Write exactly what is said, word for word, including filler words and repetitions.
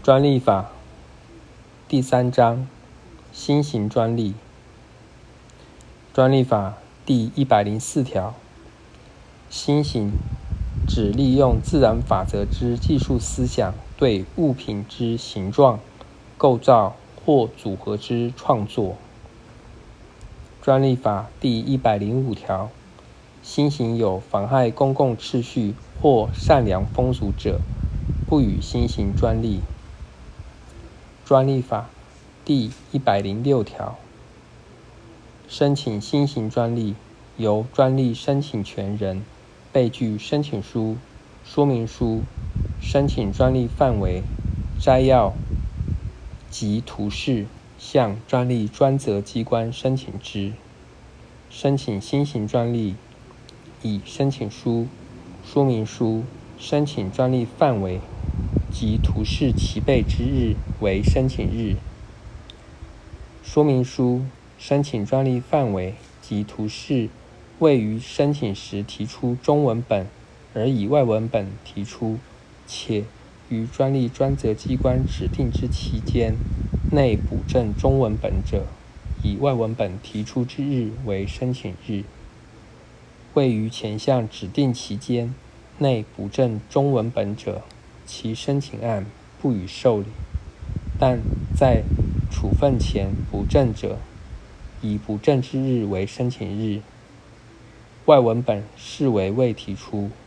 专利法第三章新型专利。专利法第一百零四条，新型指利用自然法则之技术思想对物品之形状、构造或组合之创作。专利法第一百零五条，新型有妨害公共秩序或善良风俗者，不予新型专利。专利法第一百零六条，申请新型专利由专利申请权人备具申请书、说明书、申请专利范围、摘要及图示，向专利专责机关申请之。申请新型专利，以申请书、说明书、申请专利范围及图示齐备之日为申请日。说明书、申请专利范围及图示未于申请时提出中文本，而以外文本提出，且于专利专责机关指定之期间内补正中文本者，以外文本提出之日为申请日。未于前项指定期间内补正中文本者，其申请案不予受理，但在处分前补正者，以补正之日为申请日。外文本视为未提出，